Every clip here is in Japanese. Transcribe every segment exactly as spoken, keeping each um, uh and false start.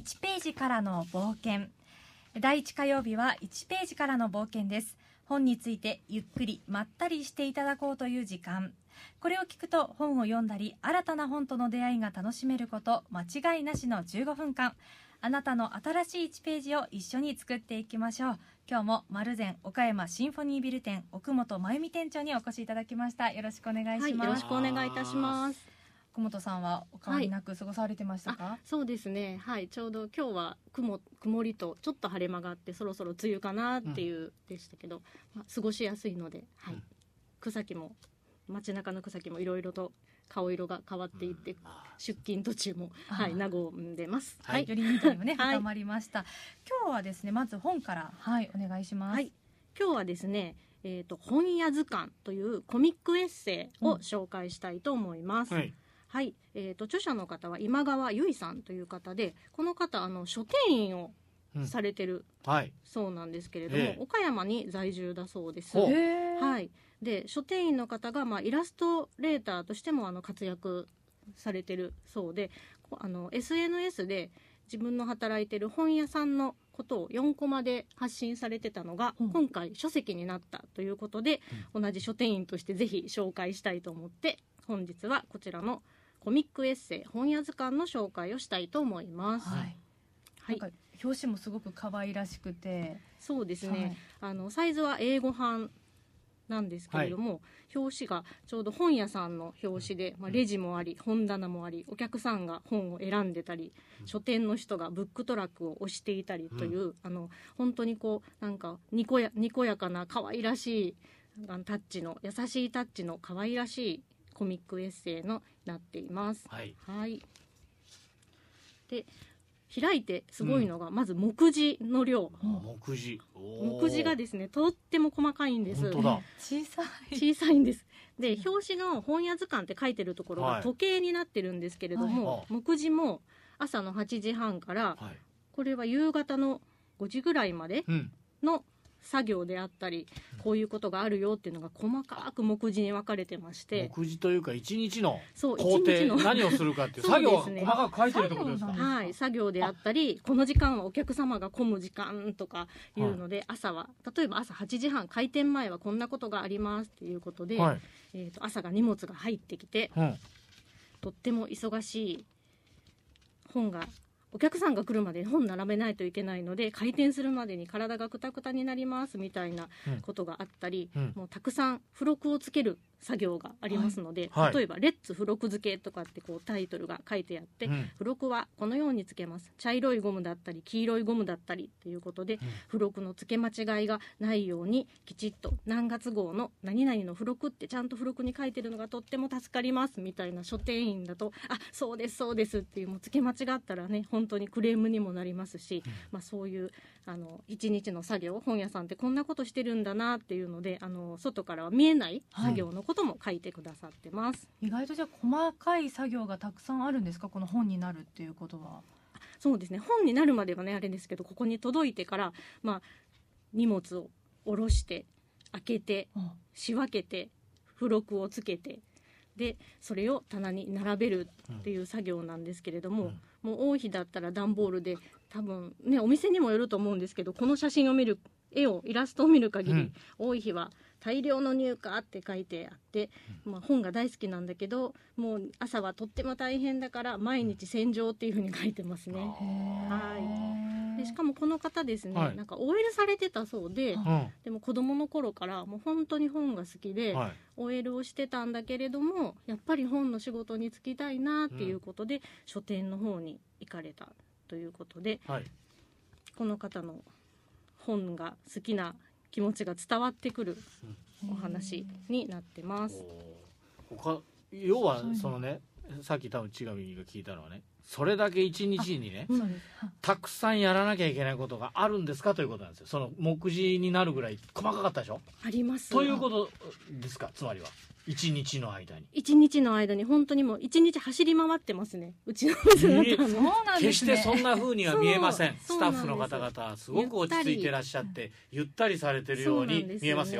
いちページからの冒険。だいいち火曜日はいちページからの冒険です。本についてゆっくりまったりしていただこうという時間。これを聞くと本を読んだり新たな本との出会いが楽しめること間違いなしのじゅうごふんかん。あなたの新しいいちページを一緒に作っていきましょう。今日も丸善岡山シンフォニービル店奥本真由美店長にお越しいただきました。よろしくお願いします。はい、 よろしくお願いいたします。 奥本さんはお変わりなく過ごされてましたか？ はい、そうですね、はい、ちょうど今日は 雲, 曇りとちょっと晴れ間があってそろそろ梅雨かなっていうでしたけど、うんまあ、過ごしやすいので、はいうん、草木も街中の草木もいろいろと顔色が変わっていって、うん、出勤途中も、はい、和んでます、 はい、より緑もね深まりました、はい、今日はですねまず本から、はい、お願いします、はい、 今日はですね、えーと、本屋図鑑というコミックエッセイを紹介したいと思います、うんはいはいえー、と著者の方は今川由衣さんという方で、この方あの書店員をされてる、うんはい、そうなんですけれども、えー、岡山に在住だそうです。はい、で書店員の方が、まあ、イラストレーターとしてもあの活躍されてるそうで、あの エスエヌエス で自分の働いてる本屋さんのことをよんコマで発信されてたのが、うん、今回書籍になったということで、うん、同じ書店員としてぜひ紹介したいと思って本日はこちらのコミックエッセイ本屋図鑑の紹介をしたいと思います。はいはい、なんか表紙もすごく可愛らしくて、 そうですね、はい、あのサイズは英語版なんですけれども、はい、表紙がちょうど本屋さんの表紙で、まあ、レジもあり本棚もありお客さんが本を選んでたり、うん、書店の人がブックトラックを押していたりという、うん、あの本当にこうなんかにこや、にこやかな可愛らしいタッチの優しいタッチの可愛らしいコミックエッセイになっています。はい、はい、で開いてすごいのが、うん、まず目次の量、 うん、目次目次がですねとっても細かいんです。 本当だ小さい小さいんです。で表紙の本屋図鑑って書いてるところが時計になってるんですけれども、はい、目次も朝のはちじはんから、はい、これは夕方のごじぐらいまでの作業であったり、こういうことがあるよっていうのが細かく目次に分かれてまして、 目次というか一日の工程何をするかっていう作業を細かく書いてるってことですか？ はい、作業であったりこの時間はお客様が混む時間とかいうので、はい、朝は例えば朝はちじはん開店前はこんなことがありますっていうことで、はいえー、と朝が荷物が入ってきて、うん、とっても忙しい本がお客さんが来るまで本並べないといけないので開店するまでに体がクタクタになりますみたいなことがあったり、うん、もうたくさん付録をつける作業がありますので、はい、例えばレッツ付録付けとかってこうタイトルが書いてあって、うん、付録はこのようにつけます。茶色いゴムだったり黄色いゴムだったりっていうことで、うん、付録の付け間違いがないようにきちっと何月号の何々の付録ってちゃんと付録に書いてるのがとっても助かりますみたいな書店員だとあそうですそうですっていうもう付け間違ったらね本当にクレームにもなりますし、うんまあ、そういうあの一日の作業本屋さんってこんなことしてるんだなっていうのであの外からは見えない作業のことも書いてくださってます、 はい、意外とじゃあ細かい作業がたくさんあるんですか？この本になるっていうことは。 そうですね、本になるまではねあれですけどここに届いてから、まあ、荷物を下ろして開けて仕分けて付録をつけてでそれを棚に並べるっていう作業なんですけれども、うん、もう多い日だったら段ボールで多分ねお店にもよると思うんですけどこの写真を見る絵をイラストを見る限り、うん、多い日は大量の入荷って書いてあって、まあ、本が大好きなんだけどもう朝はとっても大変だから毎日洗浄っていう風に書いてますね。はいでしかもこの方ですね、はい、なんか オーエル されてたそうで、うん、でも子供の頃からもう本当に本が好きで、はい、オーエル をしてたんだけれどもやっぱり本の仕事に就きたいなっていうことで、うん、書店の方に行かれたということで、はい、この方の本が好きな気持ちが伝わってくるお話になってます。 他要はそのねさっき多分千上が聞いたのはねそれだけ一日にねたくさんやらなきゃいけないことがあるんですかということなんですよ。その目次になるぐらい細かかったでしょ。 ありますということですか。つまりは一日の間に一日の間に本当にもう一日走り回ってますねうちの娘さんの、えー、決してそんな風には見えません。スタッフの方々すごく落ち着いてらっしゃってゆったりされてるように見えますよ。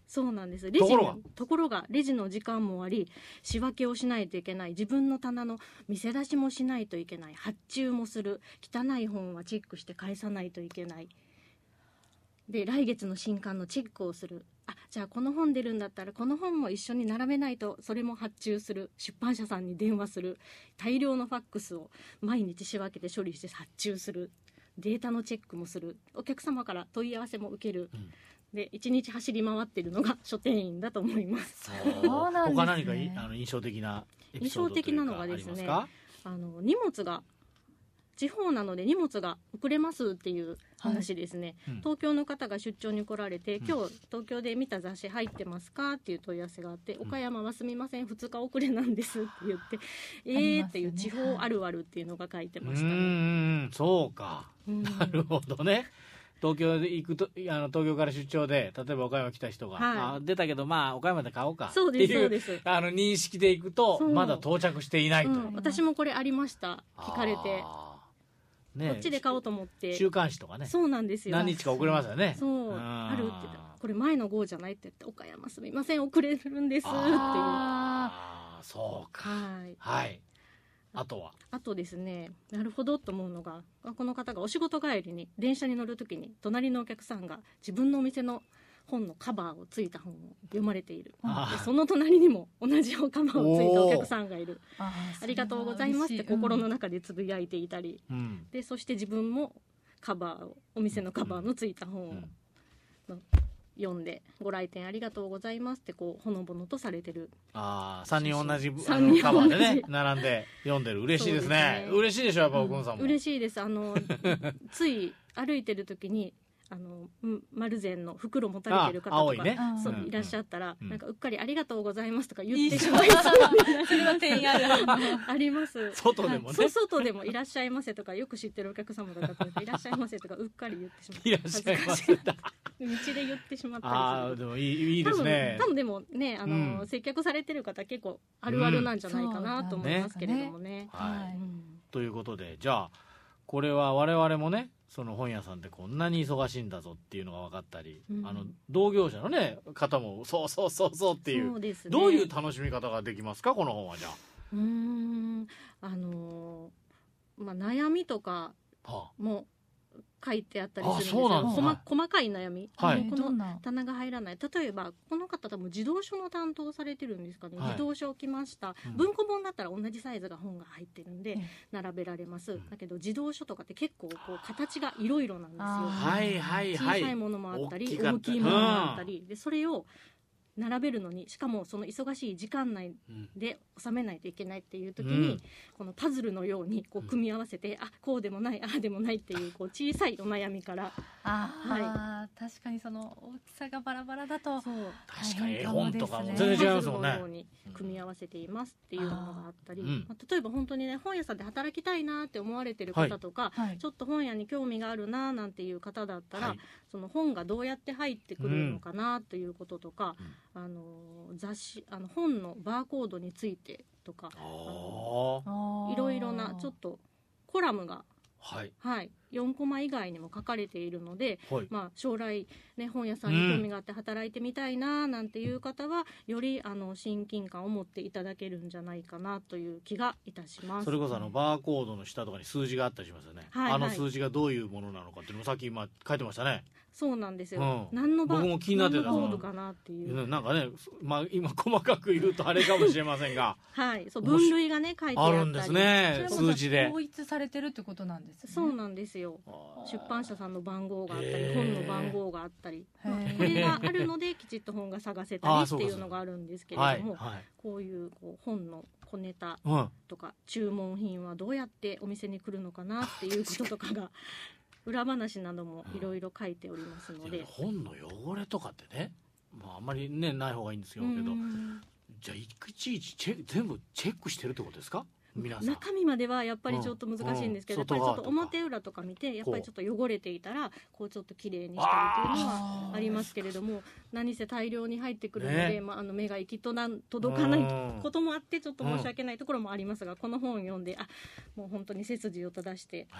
そうなんです。レジところがところがレジの時間もあり、仕分けをしないといけない、自分の棚の見せ出しもしないといけない、発注もする、汚い本はチェックして返さないといけない、で来月の新刊のチェックをする、あじゃあこの本出るんだったらこの本も一緒に並べないと、それも発注する、出版社さんに電話する、大量のファックスを毎日仕分けて処理して発注する、データのチェックもする、お客様から問い合わせも受ける、うんで一日走り回っているのが書店員だと思います。 そうなんですね。 他何かいあの印象的なエピソードというか印象的なのがですね、 ありますか？ あの荷物が地方なので荷物が遅れますっていう話ですね、はい、東京の方が出張に来られて、うん、今日東京で見た雑誌入ってますかっていう問い合わせがあって、うん、岡山はすみませんふつか遅れなんですって言って、うん、えーっていう地方あるあるっていうのが書いてましたね。 うーんそうか、うん、なるほどね。東京で行くとあの東京から出張で例えば岡山来た人が、はい、あ出たけどまあ岡山で買おうかっていうあの認識で行くとまだ到着していないと、うん、 私もこれありました。聞かれて、ね、こっちで買おうと思って週刊誌とかね、 そうなんですよ、 何日か遅れますよね。 そうあるって言ったらこれ前の号じゃないって言って、岡山すみません遅れるんですっていう。あそうか、 はい、 はいあとはあとですね、なるほどと思うのが、この方がお仕事帰りに電車に乗るときに隣のお客さんが自分のお店の本のカバーをついた本を読まれている、でその隣にも同じカバーをついたお客さんがいる、 あ, ありがとうございますって心の中でつぶやいていたり、うん、でそして自分もカバーをお店のカバーのついた本を、うん、読んでご来店ありがとうございますってこうほのぼのとされてる。 ああさんにん同じあのカバーでね並んで読んでる。嬉しいですね。ですね、嬉しいでしょやっぱ奥野さんも、 うん、嬉しいです。あのつい歩いてる時にあの丸善の袋持たれてる方とか、ね、そういらっしゃったら、うん、なんかうっかりありがとうございますとか言ってしまいそうそれは店員あるあります。 外でもね、 そう外でもいらっしゃいませとかよく知ってるお客様だったらいらっしゃいませとかうっかり言ってしまう。 いらっしゃいませだ道で言ってしまったりする。 あでもいい、いいですね。 多分、多分でもねあの、うん、接客されてる方結構あるあるなんじゃないかなと思いますけれどもね。うん、ねはい、うん、ということでじゃあこれは我々もねその本屋さんでこんなに忙しいんだぞっていうのが分かったり、うん、あの同業者の、ね、方もそうそうそうそうっていう、そうですね、どういう楽しみ方ができますかこの本は。じゃあうーんあのーまあ、悩みとかも書いてあったりするんですよ。 ああ細、細かい悩み、 はい、 この棚が入らない、例えばこの方多分自動書の担当されてるんですかね、はい、自動書置きました、うん、文庫本だったら同じサイズが本が入ってるんで並べられます、うん、だけど自動書とかって結構こう形がいろいろなんですよ。 はいはいはい、 小さいものもあったり大きいものもあったり、うん、でそれを並べるのにしかもその忙しい時間内で収めないといけないっていう時に、うん、このパズルのようにこう組み合わせて、うん、あこうでもないああでもないっていうこう小さいお悩みからあ、はい、確かにその大きさがバラバラだとそう確かに絵本とかも全然違いますもんね。 パズルのように組み合わせていますっていうのがあったり、うんまあ、例えば本当にね本屋さんで働きたいなって思われてる方とか、はい、ちょっと本屋に興味があるななんていう方だったら、はい、その本がどうやって入ってくるのかなということとか、うん、あの雑誌あの本のバーコードについてとかいろいろなちょっとコラムが、 はいはい、よんコマ以外にも書かれているので、はいまあ、将来、ね、本屋さんに興味があって働いてみたいななんていう方は、うん、よりあの親近感を持っていただけるんじゃないかなという気がいたします。 それこそあのバーコードの下とかに数字があったりしますよね、はいはい、あの数字がどういうものなのかっていうのもさっき今書いてましたね。 そうなんですよ、 うん、 何の僕も気になってたコードかなっていう、 なんかね、まあ、今細かく言うとあれかもしれませんがはいそう分類がね書いてあったりあるんですね。数字で統一されてるってことなんですね。 そうなんですよ。出版社さんの番号があったり本の番号があったり、まあ、これがあるのできちっと本が探せたりっていうのがあるんですけれども、はいはい、こういうこう本の小ネタとか、うん、注文品はどうやってお店に来るのかなっていうこととかが裏話などもいろいろ書いておりますので、うん、 本の汚れとかってね、まあ、あんまりねない方がいいんですけど、じゃあいちいちチェ全部チェックしてるってことですか皆さん。 中身まではやっぱりちょっと難しいんですけど、うんうん、やっぱりちょっと表裏とか見てやっぱりちょっと汚れていたらこうちょっときれいにしたりというのはありますけれども、何せ大量に入ってくるので、ねまあ、あの目が行きとな届かないこともあってちょっと申し訳ないところもありますが、この本を読んであもう本当に背筋を正して、はい、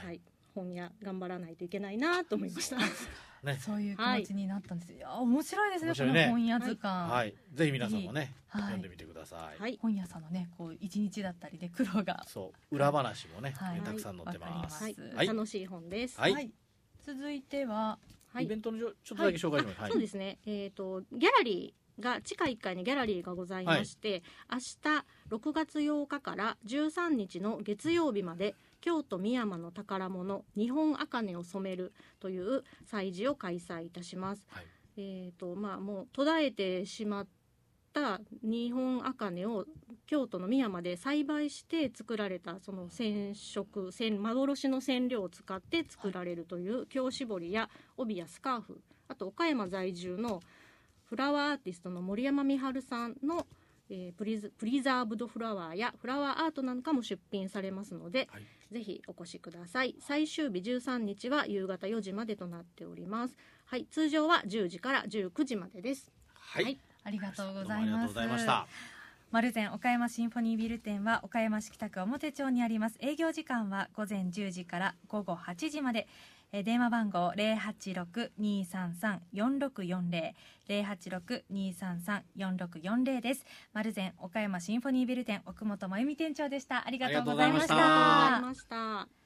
本屋頑張らないといけないなと思いました。 ね、そういう気持ちになったんです、はい、いや面白いですね、 この本屋図鑑、 はいはい、ぜひ皆さんもね、はい、読んでみてください、 はい、本屋さんのねこう一日だったりで苦労がそう裏話もね、 はい、 たくさん載ってます、 はいはい、楽しい本です、 はいはい、 続いては、 はい、イベントのちょっとだけ紹介します、 はい、そうですね、えーと、ギャラリーが地下いっかいにギャラリーがございまして、はい、明日ろくがつようかからじゅうさんにちの月曜日まで京都美山の宝物日本茜を染めるという祭事を開催いたします、はい、えーとまあ、もう途絶えてしまった日本茜を京都の美山で栽培して作られたその染色染幻の染料を使って作られるという京絞りや帯やスカーフ、あと岡山在住のフラワーアーティストの森山美春さんの、えー、プリズ、プリザーブドフラワーやフラワーアートなんかも出品されますので、はい、ぜひお越しください。最終日じゅうさんにちは夕方よじまでとなっております。はい、通常はじゅうじからじゅうくじまでです。 はい、はい、 ありがとうございます。 どうもありがとうございました。 丸善岡山シンフォニービル店は岡山市北区表町にあります。営業時間は午前じゅうじから午後はちじまで。え電話番号 ゼロはちろく にーさんさん よんろくよんゼロ ゼロはちろく にーさんさん よんろくよんゼロです。丸善岡山シンフォニービル店奥本真由美店長でした。ありがとうございました。 ありがとうございました。